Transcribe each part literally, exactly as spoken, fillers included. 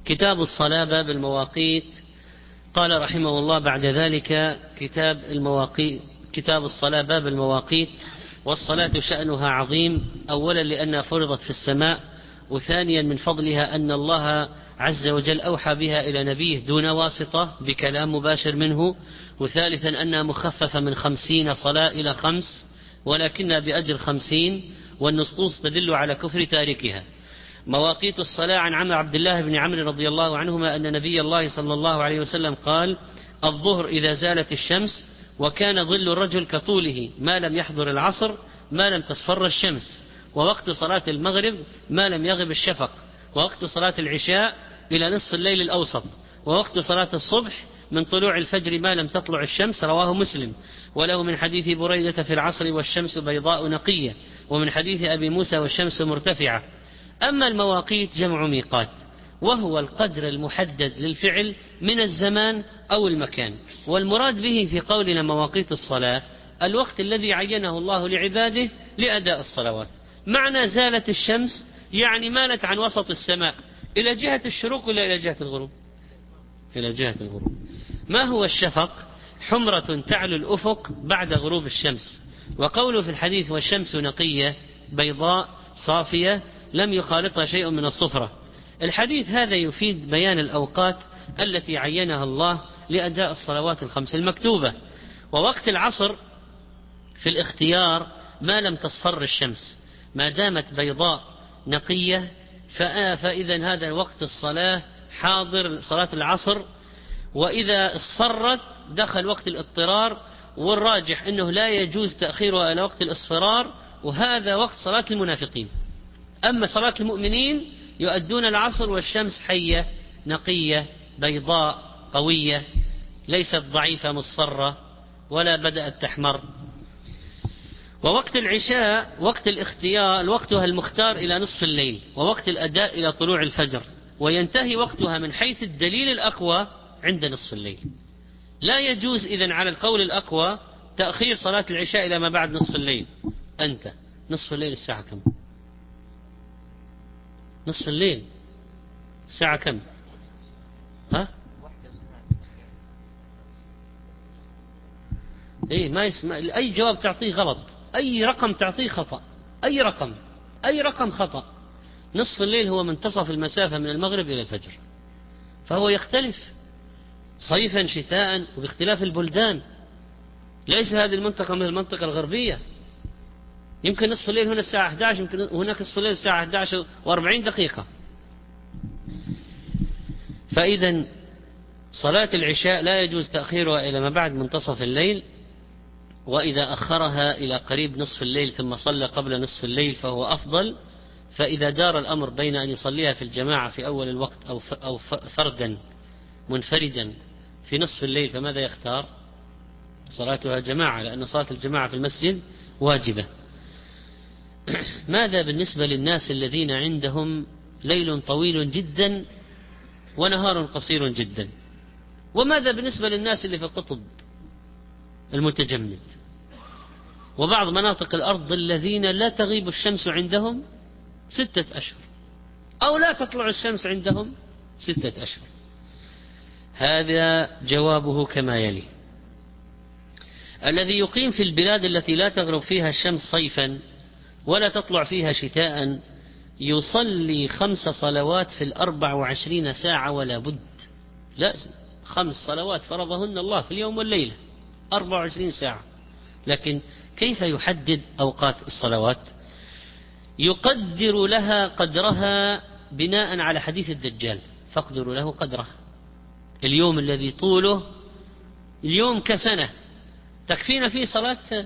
كتاب الصلاة باب المواقيت. قال رحمه الله بعد ذلك: كتاب المواقيت كتاب الصلاة باب المواقيت. والصلاة شأنها عظيم، أولا لأنها فرضت في السماء، وثانيا من فضلها أن الله عز وجل أوحى بها إلى نبيه دون واسطة بكلام مباشر منه، وثالثا أنها مخففة من خمسين صلاة إلى خمس، ولكنها بأجر خمسين، والنصوص تدل على كفر تاركها. مواقيت الصلاة: عن عمرو عبد الله بن عمرو رضي الله عنهما أن نبي الله صلى الله عليه وسلم قال: الظهر إذا زالت الشمس، وكان ظل الرجل كطوله ما لم يحضر العصر ما لم تصفر الشمس، ووقت صلاة المغرب ما لم يغب الشفق، ووقت صلاة العشاء إلى نصف الليل الأوسط، ووقت صلاة الصبح من طلوع الفجر ما لم تطلع الشمس. رواه مسلم. وله من حديث بريدة: في العصر والشمس بيضاء نقية. ومن حديث أبي موسى: والشمس مرتفعة. أما المواقيت جمع ميقات، وهو القدر المحدد للفعل من الزمان أو المكان، والمراد به في قولنا مواقيت الصلاة الوقت الذي عينه الله لعباده لأداء الصلوات. معنى زالت الشمس يعني مالت عن وسط السماء إلى جهة الشروق ولا إلى جهة الغروب؟ إلى جهة الغروب. ما هو الشفق؟ حمرة تعلو الأفق بعد غروب الشمس. وقوله في الحديث: والشمس نقية بيضاء صافية لم يخالطها شيء من الصفرة. الحديث هذا يفيد بيان الأوقات التي عينها الله لأداء الصلوات الخمس المكتوبة. ووقت العصر في الاختيار ما لم تصفر الشمس، ما دامت بيضاء نقية فإذا هذا وقت الصلاة حاضر صلاة العصر. وإذا اصفرت دخل وقت الاضطرار، والراجح أنه لا يجوز تأخيرها إلى وقت الإصفرار، وهذا وقت صلاة المنافقين. أما صلاة المؤمنين يؤدون العصر والشمس حية نقية بيضاء قوية، ليست ضعيفة مصفرة ولا بدأت تحمر. ووقت العشاء وقت الاختيار وقتها المختار إلى نصف الليل، ووقت الأداء إلى طلوع الفجر، وينتهي وقتها من حيث الدليل الأقوى عند نصف الليل. لا يجوز إذن على القول الأقوى تأخير صلاة العشاء إلى ما بعد نصف الليل. أنت نصف الليل الساعة كم؟ نصف الليل الساعة كم؟ ها؟ إيه ما يسمع. أي جواب تعطيه غلط، أي رقم تعطيه خطأ، أي رقم أي رقم خطأ. نصف الليل هو منتصف المسافة من المغرب إلى الفجر، فهو يختلف صيفا شتاء وباختلاف البلدان. ليس هذه المنطقة من المنطقة الغربية. يمكن نصف الليل هنا الساعة أحد عشر، يمكن هناك نصف الليل الساعة أحد عشر وأربعين دقيقة. فإذا صلاة العشاء لا يجوز تأخيرها إلى ما بعد منتصف الليل، وإذا أخرها إلى قريب نصف الليل ثم صلى قبل نصف الليل فهو أفضل. فإذا دار الأمر بين أن يصليها في الجماعة في أول الوقت أو أو فردا منفردا في نصف الليل فماذا يختار؟ صلاتها جماعة، لأن صلاة الجماعة في المسجد واجبة. ماذا بالنسبة للناس الذين عندهم ليل طويل جدا ونهار قصير جدا؟ وماذا بالنسبة للناس اللي في القطب المتجمد وبعض مناطق الأرض الذين لا تغيب الشمس عندهم ستة أشهر، أو لا تطلع الشمس عندهم ستة أشهر؟ هذا جوابه كما يلي: الذي يقيم في البلاد التي لا تغرب فيها الشمس صيفا ولا تطلع فيها شتاء يصلي خمس صلوات في الأربع وعشرين ساعة ولا بد. لازم خمس صلوات فرضهن الله في اليوم والليلة أربع وعشرين ساعة. لكن كيف يحدد أوقات الصلوات؟ يقدر لها قدرها بناء على حديث الدجال: فاقدروا له قدره. اليوم الذي طوله اليوم كسنة تكفينا فيه صلاة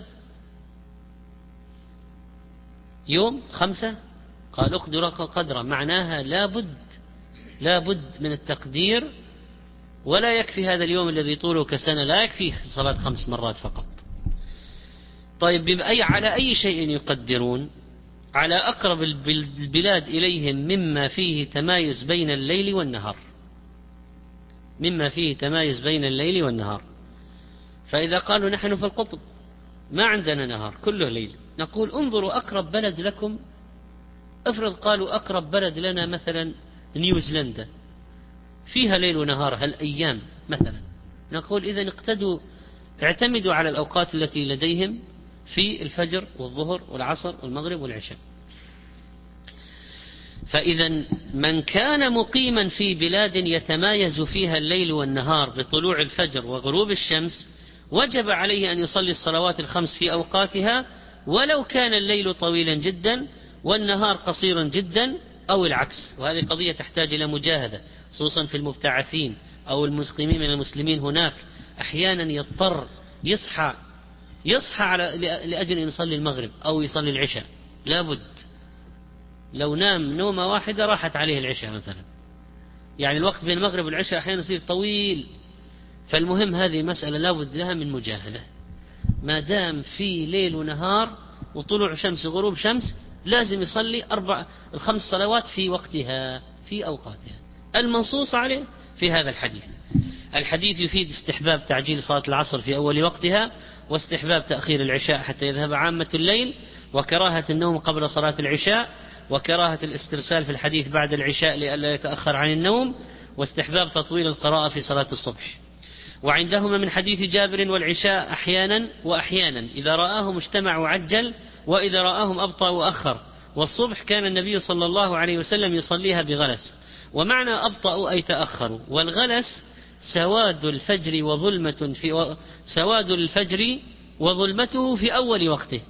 يوم خمسة. قال اقدر قدره، معناها لا بد لا بد من التقدير، ولا يكفي هذا اليوم الذي طوله كسنة، لا يكفي صلاة خمس مرات فقط. طيب بأي على أي شيء يقدرون؟ على أقرب البلاد إليهم مما فيه تمايز بين الليل والنهار، مما فيه تمايز بين الليل والنهار. فإذا قالوا نحن في القطب ما عندنا نهار كله ليل، نقول انظروا أقرب بلد لكم. افرض قالوا أقرب بلد لنا مثلا نيوزيلندا، فيها ليل ونهار هالأيام مثلا، نقول إذن اقتدوا، اعتمدوا على الأوقات التي لديهم في الفجر والظهر والعصر والمغرب والعشاء. فإذا من كان مقيما في بلاد يتمايز فيها الليل والنهار بطلوع الفجر وغروب الشمس وجب عليه أن يصلي الصلوات الخمس في أوقاتها، ولو كان الليل طويلا جدا والنهار قصيرا جدا أو العكس. وهذه قضية تحتاج إلى مجاهدة، خصوصا في المبتعثين أو المقيمين من المسلمين هناك. أحيانا يضطر يصحى يصحى على لأجل أن يصلي المغرب أو يصلي العشاء، لابد، لو نام نومة واحدة راحت عليه العشاء مثلا، يعني الوقت بين المغرب والعشاء أحيانا يصير طويل. فالمهم هذه مسألة لابد لها من مجاهدة. ما دام في ليل ونهار وطلوع شمس وغروب شمس لازم يصلي أربع الخمس صلوات في وقتها في أوقاتها المنصوص عليه في هذا الحديث. الحديث يفيد استحباب تعجيل صلاة العصر في أول وقتها، واستحباب تأخير العشاء حتى يذهب عامة الليل، وكراهة النوم قبل صلاة العشاء، وكراهة الاسترسال في الحديث بعد العشاء لئلا يتأخر عن النوم، واستحباب تطويل القراءة في صلاة الصبح. وعندهما من حديث جابر والعشاء أحيانا وأحيانا، إذا رآهم اجتمع وعجل، وإذا رآهم أبطأ وأخر. والصبح كان النبي صلى الله عليه وسلم يصليها بغلس. ومعنى أبطأ أي تأخروا، والغلس سواد الفجر وظلمة في سواد الفجر وظلمته في أول وقته.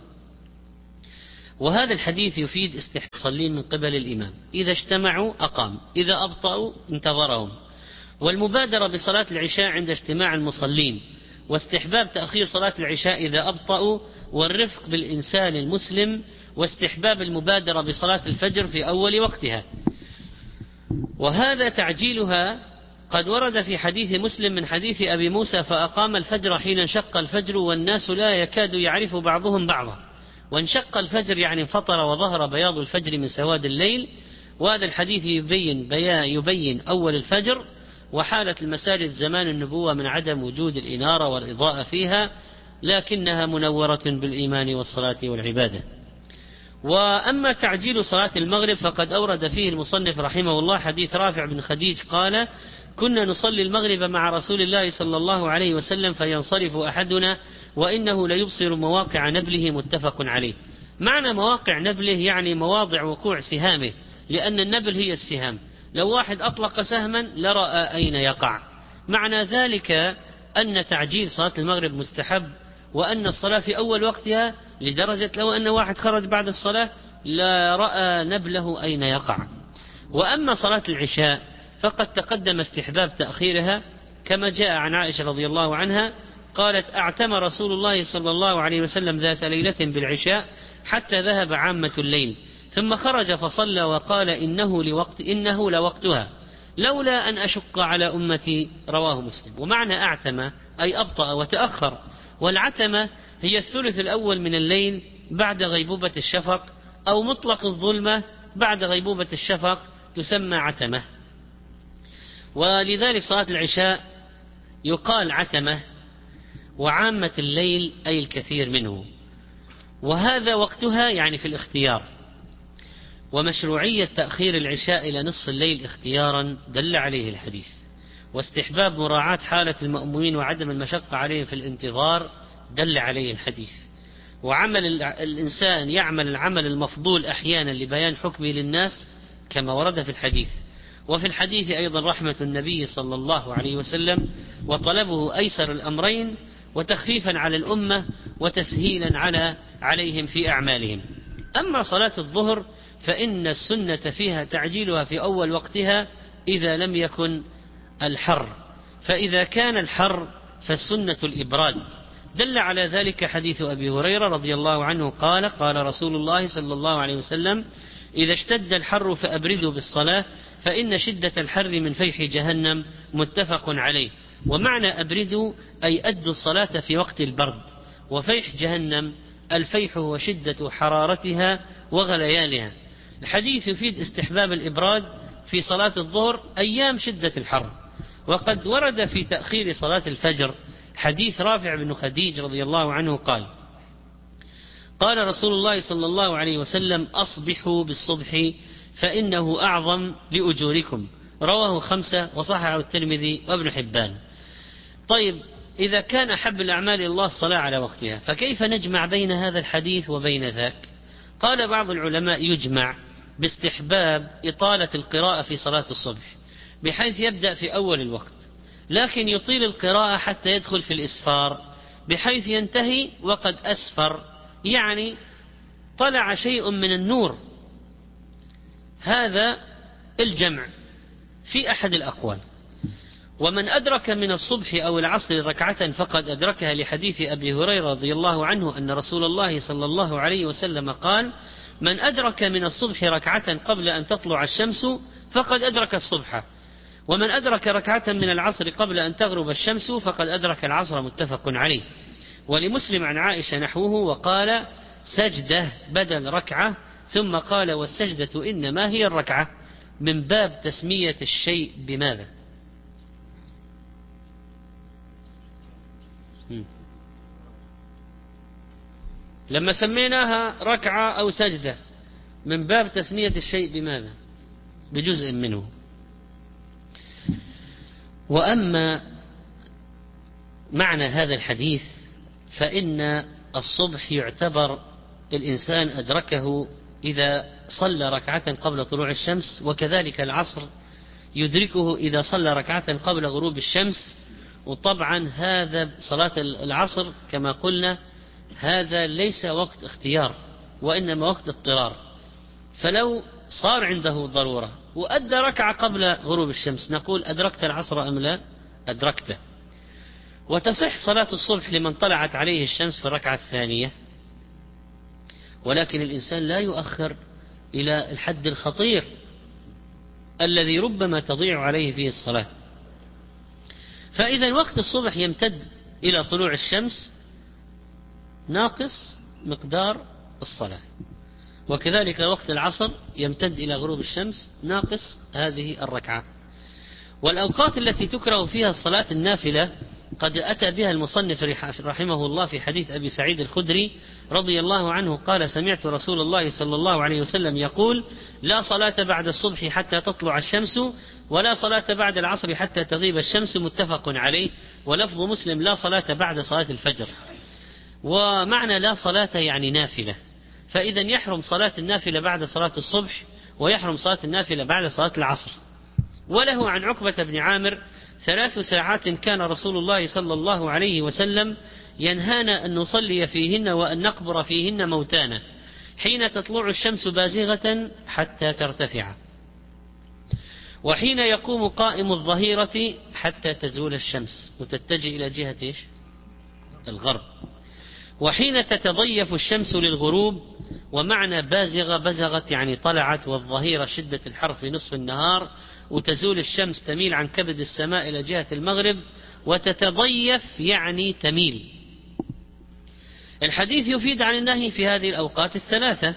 وهذا الحديث يفيد استحصالين من قبل الإمام، إذا اجتمعوا أقام، إذا أبطأوا انتظرهم. والمبادرة بصلاة العشاء عند اجتماع المصلين، واستحباب تأخير صلاة العشاء إذا أبطأوا، والرفق بالإنسان المسلم، واستحباب المبادرة بصلاة الفجر في أول وقتها. وهذا تعجيلها قد ورد في حديث مسلم من حديث أبي موسى: فأقام الفجر حين انشق الفجر والناس لا يكاد يعرف بعضهم بعضا. وانشق الفجر يعني انفطر وظهر بياض الفجر من سواد الليل. وهذا الحديث يبين, يبين أول الفجر وحالة المساجد زمان النبوة من عدم وجود الإنارة والإضاءة فيها، لكنها منورة بالإيمان والصلاة والعبادة. وأما تعجيل صلاة المغرب فقد أورد فيه المصنف رحمه الله حديث رافع بن خديج قال: كنا نصلي المغرب مع رسول الله صلى الله عليه وسلم فينصرف أحدنا وإنه ليبصر مواقع نبله، متفق عليه. معنى مواقع نبله يعني مواضع وقوع سهامه، لأن النبل هي السهام، لو واحد أطلق سهما لرأى أين يقع. معنى ذلك أن تعجيل صلاة المغرب مستحب، وأن الصلاة في أول وقتها، لدرجة لو أن واحد خرج بعد الصلاة لا رأى نبله أين يقع. وأما صلاة العشاء فقد تقدم استحباب تأخيرها، كما جاء عن عائشة رضي الله عنها قالت: أعتم رسول الله صلى الله عليه وسلم ذات ليلة بالعشاء حتى ذهب عامة الليل، ثم خرج فصلى وقال: إنه لوقت إنه لوقتها لولا أن أشق على أمتي. رواه مسلم. ومعنى أعتم أي أبطأ وتأخر. والعتمة هي الثلث الأول من الليل بعد غيبوبة الشفق، أو مطلق الظلمة بعد غيبوبة الشفق تسمى عتمة. ولذلك صلاة العشاء يقال عتمة، وعامة الليل أي الكثير منه. وهذا وقتها يعني في الاختيار. ومشروعية تأخير العشاء إلى نصف الليل اختيارا دل عليه الحديث. واستحباب مراعاة حالة المأمومين وعدم المشقة عليهم في الانتظار دل عليه الحديث. وعمل الإنسان يعمل العمل المفضول أحيانا لبيان حكمه للناس كما ورد في الحديث. وفي الحديث أيضا رحمة النبي صلى الله عليه وسلم وطلبه أيسر الأمرين، وتخفيفا على الأمة وتسهيلا على عليهم في أعمالهم. أما صلاة الظهر فإن السنة فيها تعجيلها في أول وقتها إذا لم يكن الحر، فإذا كان الحر فالسنة الإبراد. دل على ذلك حديث أبي هريرة رضي الله عنه قال: قال رسول الله صلى الله عليه وسلم: إذا اشتد الحر فأبردوا بالصلاة فإن شدة الحر من فيح جهنم، متفق عليه. ومعنى أبردوا أي أدوا الصلاة في وقت البرد. وفيح جهنم الفيح هو شدة حرارتها وغليانها. الحديث يفيد استحباب الإبراد في صلاة الظهر أيام شدة الحر. وقد ورد في تأخير صلاة الفجر حديث رافع بن خديج رضي الله عنه قال: قال رسول الله صلى الله عليه وسلم: أصبحوا بالصبح فإنه أعظم لأجوركم، رواه خمسة وصححه الترمذي وابن حبان. طيب، إذا كان أحب الأعمال إلى الله الصلاة على وقتها، فكيف نجمع بين هذا الحديث وبين ذاك؟ قال بعض العلماء يجمع باستحباب إطالة القراءة في صلاة الصبح، بحيث يبدأ في أول الوقت، لكن يطيل القراءة حتى يدخل في الإسفار، بحيث ينتهي وقد أسفر، يعني طلع شيء من النور. هذا الجمع في أحد الأقوال. ومن أدرك من الصبح أو العصر ركعة فقد أدركها، لحديث أبي هريرة رضي الله عنه أن رسول الله صلى الله عليه وسلم قال: من أدرك من الصبح ركعة قبل أن تطلع الشمس فقد أدرك الصبح، ومن أدرك ركعة من العصر قبل أن تغرب الشمس فقد أدرك العصر. متفق عليه. ولمسلم عن عائشة نحوه، وقال: سجدة بدل ركعة، ثم قال: والسجدة إنما هي الركعة، من باب تسمية الشيء بماذا؟ لما سميناها ركعة أو سجدة من باب تسمية الشيء بماذا؟ بجزء منه. وأما معنى هذا الحديث فإن الصبح يعتبر الإنسان أدركه إذا صلى ركعة قبل طلوع الشمس، وكذلك العصر يدركه إذا صلى ركعة قبل غروب الشمس. وطبعا هذا صلاة العصر كما قلنا هذا ليس وقت اختيار، وإنما وقت اضطرار. فلو صار عنده ضرورة وأدى ركعة قبل غروب الشمس، نقول: أدركت العصر أم لا؟ أدركته. وتصح صلاة الصبح لمن طلعت عليه الشمس في الركعة الثانية، ولكن الإنسان لا يؤخر إلى الحد الخطير الذي ربما تضيع عليه فيه الصلاة. فإذا وقت الصبح يمتد إلى طلوع الشمس ناقص مقدار الصلاة، وكذلك وقت العصر يمتد إلى غروب الشمس ناقص هذه الركعة. والأوقات التي تكره فيها الصلاة النافلة قد أتى بها المصنف رحمه الله في حديث أبي سعيد الخدري رضي الله عنه قال: سمعت رسول الله صلى الله عليه وسلم يقول: لا صلاة بعد الصبح حتى تطلع الشمس، ولا صلاة بعد العصر حتى تغيب الشمس. متفق عليه. ولفظ مسلم: لا صلاة بعد صلاة الفجر. ومعنى لا صلاة يعني نافلة، فإذا يحرم صلاة النافلة بعد صلاة الصبح، ويحرم صلاة النافلة بعد صلاة العصر. وله عن عقبة بن عامر: ثلاث ساعات كان رسول الله صلى الله عليه وسلم ينهانا أن نصلي فيهن وأن نقبر فيهن موتانا، حين تطلع الشمس بازغة حتى ترتفع، وحين يقوم قائم الظهيرة حتى تزول الشمس وتتجه إلى جهة إيش؟ الغرب، وحين تتضيف الشمس للغروب. ومعنى بازغة بزغت يعني طلعت، والظهيرة شدة الحر في نصف النهار، وتزول الشمس تميل عن كبد السماء إلى جهة المغرب، وتتضيف يعني تميل. الحديث يفيد عن النهي في هذه الأوقات الثلاثة.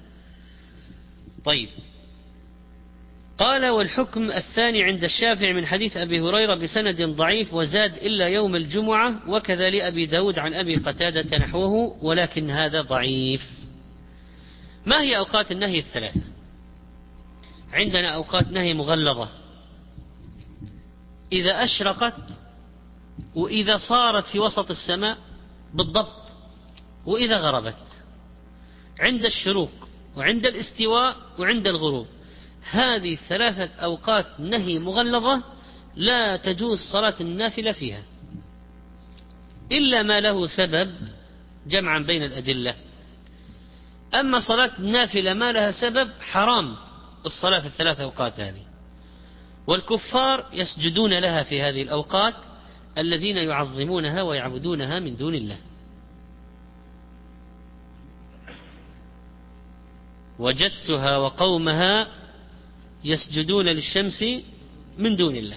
طيب، قال: والحكم الثاني عند الشافعي من حديث أبي هريرة بسند ضعيف، وزاد: إلا يوم الجمعة، وكذا لأبي داود عن أبي قتادة نحوه، ولكن هذا ضعيف. ما هي أوقات النهي الثلاثة؟ عندنا أوقات نهي مغلظة: إذا أشرقت، وإذا صارت في وسط السماء بالضبط، وإذا غربت، عند الشروق وعند الاستواء وعند الغروب. هذه ثلاثة أوقات نهي مغلظة لا تجوز صلاة النافلة فيها إلا ما له سبب جمعا بين الأدلة. أما صلاة النافلة ما لها سبب حرام الصلاة في الثلاث أوقات هذه، والكفار يسجدون لها في هذه الأوقات الذين يعظمونها ويعبدونها من دون الله. وجدتها وقومها يسجدون للشمس من دون الله.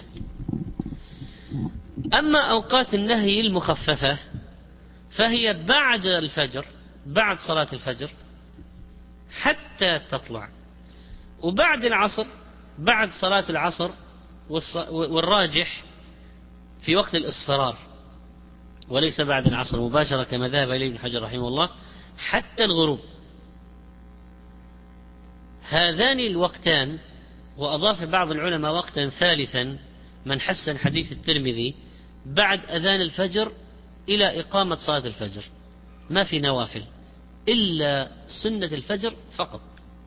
أما أوقات النهي المخففة فهي بعد الفجر، بعد صلاة الفجر حتى تطلع، وبعد العصر بعد صلاة العصر، والراجح في وقت الإصفرار وليس بعد العصر مباشرة كما ذهب إليه ابن حجر رحمه الله، حتى الغروب. هذان الوقتان وأضاف بعض العلماء وقتا ثالثا من حسن حديث الترمذي بعد أذان الفجر إلى إقامة صلاة الفجر، ما في نوافل إلا سنة الفجر فقط.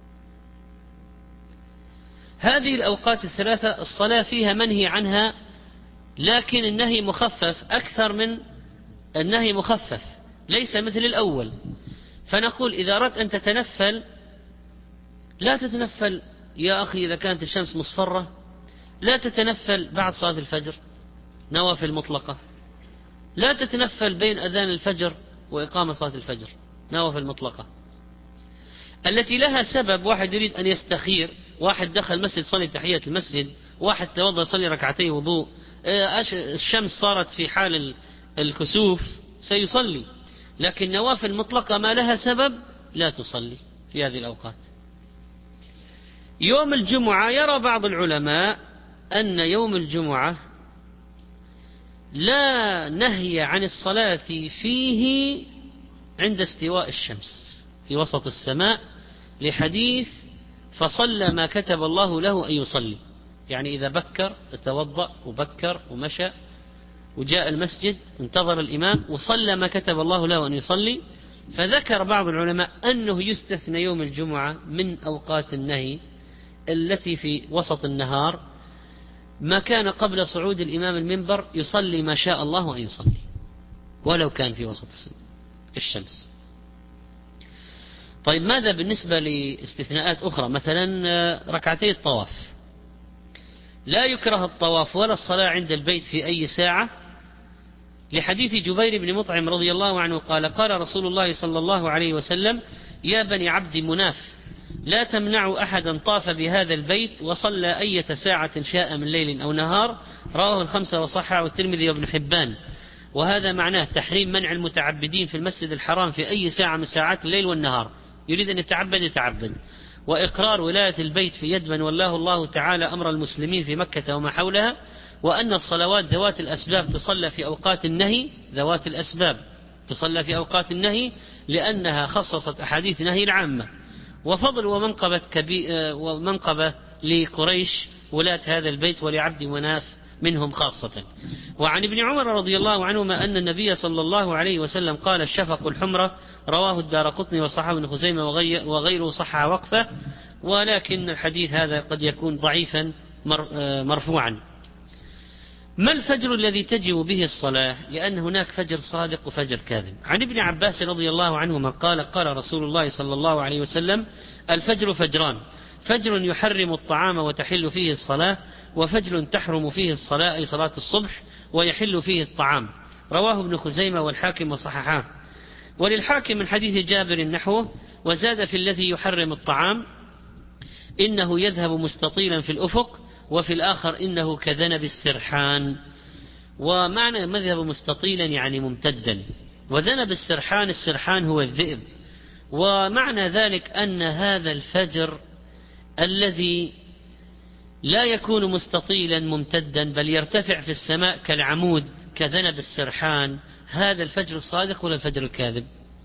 هذه الأوقات الثلاثة الصلاة فيها منهي عنها، لكن النهي مخفف أكثر من النهي مخفف، ليس مثل الأول. فنقول إذا أردت أن تتنفل لا تتنفل يا أخي إذا كانت الشمس مصفرة، لا تتنفل بعد صلاة الفجر نوافل مطلقة، لا تتنفل بين أذان الفجر وإقامة صلاة الفجر نوافل مطلقة. التي لها سبب، واحد يريد أن يستخير، واحد دخل المسجد صلي تحية المسجد، واحد توضأ صلي ركعتين وضوء، الشمس صارت في حال الكسوف سيصلي، لكن نوافل مطلقة ما لها سبب لا تصلي في هذه الأوقات. يوم الجمعة يرى بعض العلماء أن يوم الجمعة لا نهي عن الصلاة فيه عند استواء الشمس في وسط السماء، لحديث فصلى ما كتب الله له أن يصلي، يعني إذا بكر توضأ وبكر ومشى وجاء المسجد انتظر الإمام وصلى ما كتب الله له أن يصلي. فذكر بعض العلماء أنه يستثنى يوم الجمعة من أوقات النهي التي في وسط النهار، ما كان قبل صعود الإمام المنبر يصلي ما شاء الله أن يصلي ولو كان في وسط الشمس. طيب ماذا بالنسبة لاستثناءات أخرى؟ مثلا ركعتي الطواف، لا يكره الطواف ولا الصلاة عند البيت في أي ساعة، لحديث جبير بن مطعم رضي الله عنه قال قال رسول الله صلى الله عليه وسلم يا بني عبد مناف لا تمنعوا أحدا طاف بهذا البيت وصلى أية ساعة شاء من ليل أو نهار، رواه الخمسة وصححه الترمذي وابن حبان. وهذا معناه تحريم منع المتعبدين في المسجد الحرام في أي ساعة من ساعات الليل والنهار، يريد أن يتعبد يتعبد، وإقرار ولاية البيت في يد من والله الله تعالى أمر المسلمين في مكة وما حولها، وأن الصلوات ذوات الأسباب تصلى في أوقات النهي، ذوات الأسباب تصلى في أوقات النهي لأنها خصصت أحاديث نهي العامة. وفضل ومنقبة, كبي ومنقبة لقريش ولاة هذا البيت ولعبد مناف منهم خاصة. وعن ابن عمر رضي الله عنهما أن النبي صلى الله عليه وسلم قال الشفق الحمرة، رواه الدارقطني وصححه ابن خزيمة وغيره صحح وقفه، ولكن الحديث هذا قد يكون ضعيفا مرفوعا. ما الفجر الذي تجب به الصلاة؟ لأن هناك فجر صادق وفجر كاذب. عن ابن عباس رضي الله عنهما قال قال رسول الله صلى الله عليه وسلم الفجر فجران، فجر يحرم الطعام وتحل فيه الصلاة، وفجر تحرم فيه الصلاة أي صلاة الصبح ويحل فيه الطعام، رواه ابن خزيمة والحاكم وصححاه. وللحاكم من حديث جابر نحوه، وزاد في الذي يحرم الطعام إنه يذهب مستطيلا في الأفق، وفي الآخر إنه كذنب السرحان. ومعنى مذهب مستطيلا يعني ممتدا، وذنب السرحان السرحان هو الذئب. ومعنى ذلك أن هذا الفجر الذي لا يكون مستطيلا ممتدا بل يرتفع في السماء كالعمود كذنب السرحان، هذا الفجر الصادق ولا الفجر الكاذب؟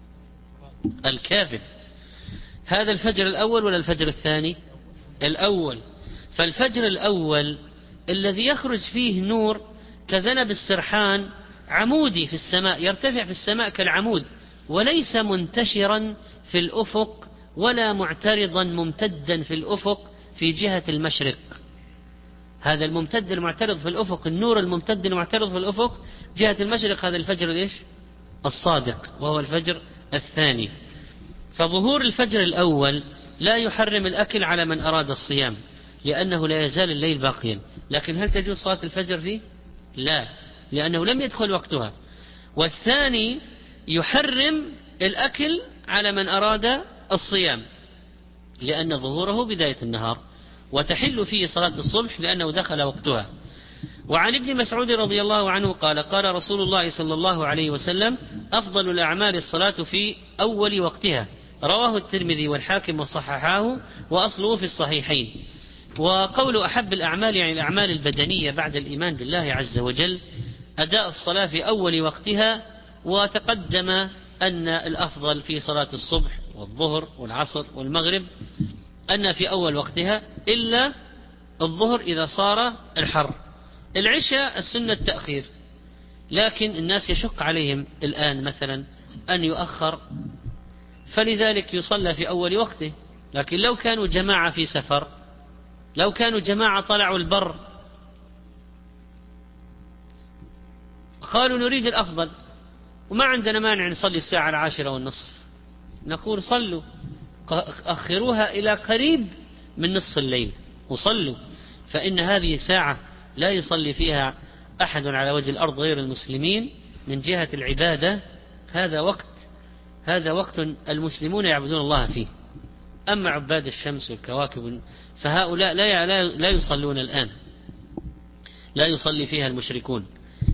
الكاذب. هذا الفجر الأول ولا الفجر الثاني؟ الأول. فالفجر الأول الذي يخرج فيه نور كذنب السرحان عمودي في السماء، يرتفع في السماء كالعمود، وليس منتشرا في الأفق ولا معترضا ممتدا في الأفق في جهة المشرق. هذا الممتد المعترض في الأفق، النور الممتد المعترض في الأفق جهة المشرق، هذا الفجر ليش؟ الصادق، وهو الفجر الثاني. فظهور الفجر الأول لا يحرم الأكل على من أراد الصيام، لأنه لا يزال الليل باقيا. لكن هل تجوز صلاة الفجر فيه؟ لا، لأنه لم يدخل وقتها. والثاني يحرم الأكل على من أراد الصيام، لأن ظهوره بداية النهار، وتحل فيه صلاة الصبح لأنه دخل وقتها. وعن ابن مسعود رضي الله عنه قال قال رسول الله صلى الله عليه وسلم أفضل الأعمال الصلاة في أول وقتها، رواه الترمذي والحاكم وصححاه وأصله في الصحيحين. وقول أحب الأعمال يعني الأعمال البدنية بعد الإيمان بالله عز وجل أداء الصلاة في أول وقتها. وتقدم أن الأفضل في صلاة الصبح والظهر والعصر والمغرب أن في أول وقتها، إلا الظهر إذا صار الحر. العشاء السنة التأخير، لكن الناس يشق عليهم الآن مثلا أن يؤخر، فلذلك يصلى في أول وقته. لكن لو كانوا جماعة في سفر، لو كانوا جماعة طلعوا البر قالوا نريد الأفضل وما عندنا مانع نصلي الساعة العاشرة والنصف، نقول صلوا، أخروها إلى قريب من نصف الليل وصلوا، فإن هذه ساعة لا يصلي فيها أحد على وجه الأرض غير المسلمين من جهة العبادة. هذا وقت هذا وقت المسلمون يعبدون الله فيه. أما عباد الشمس والكواكب فهؤلاء لا لا يصلون الآن، لا يصلي فيها المشركون.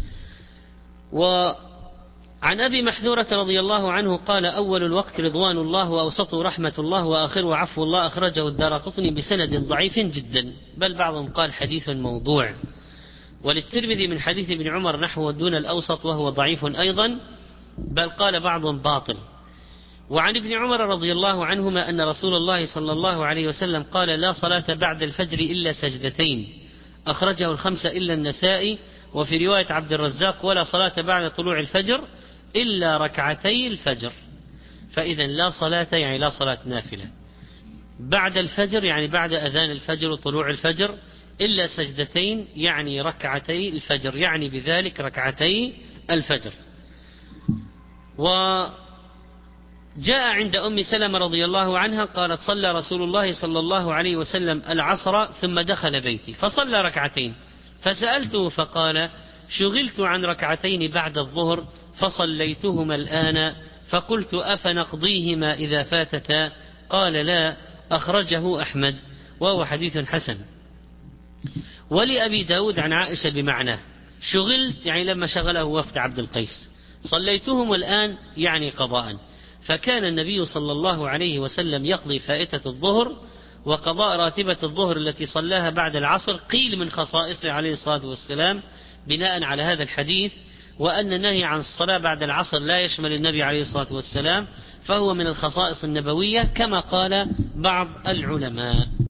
وعن أبي محذورة رضي الله عنه قال: أول الوقت رضوان الله، وأوسطه رحمة الله، وآخره عفو الله. أخرجه الدارقطني بسند ضعيف جدا، بل بعضهم قال حديث موضوع. وللترمذي من حديث ابن عمر نحو دون الأوسط وهو ضعيف أيضا، بل قال بعضهم باطل. وعن ابن عمر رضي الله عنهما أن رسول الله صلى الله عليه وسلم قال: لا صلاة بعد الفجر إلا سجدتين. أخرجه الخمسة إلا النسائي. وفي رواية عبد الرزاق: ولا صلاة بعد طلوع الفجر إلا ركعتي الفجر. فإذا لا صلاة يعني لا صلاة نافلة بعد الفجر، يعني بعد أذان الفجر وطلوع الفجر، إلا سجدتين يعني ركعتي الفجر، يعني بذلك ركعتي الفجر. وجاء عند أم سلمة رضي الله عنها قالت: صلى رسول الله صلى الله عليه وسلم العصر ثم دخل بيتي فصلى ركعتين، فسألته فقال: شغلت عن ركعتين بعد الظهر فصليتهما الآن، فقلت: أفنقضيهما إذا فاتتا؟ قال: لا. أخرجه أحمد وهو حديث حسن. ولأبي داود عن عائشة بمعناه: شغلت يعني لما شغله وفد عبد القيس، صليتهم الآن يعني قضاء. فكان النبي صلى الله عليه وسلم يقضي فائتة الظهر، وقضاء راتبة الظهر التي صلاها بعد العصر قيل من خصائصه عليه الصلاة والسلام بناء على هذا الحديث، وأن النهي عن الصلاة بعد العصر لا يشمل النبي عليه الصلاة والسلام، فهو من الخصائص النبوية كما قال بعض العلماء.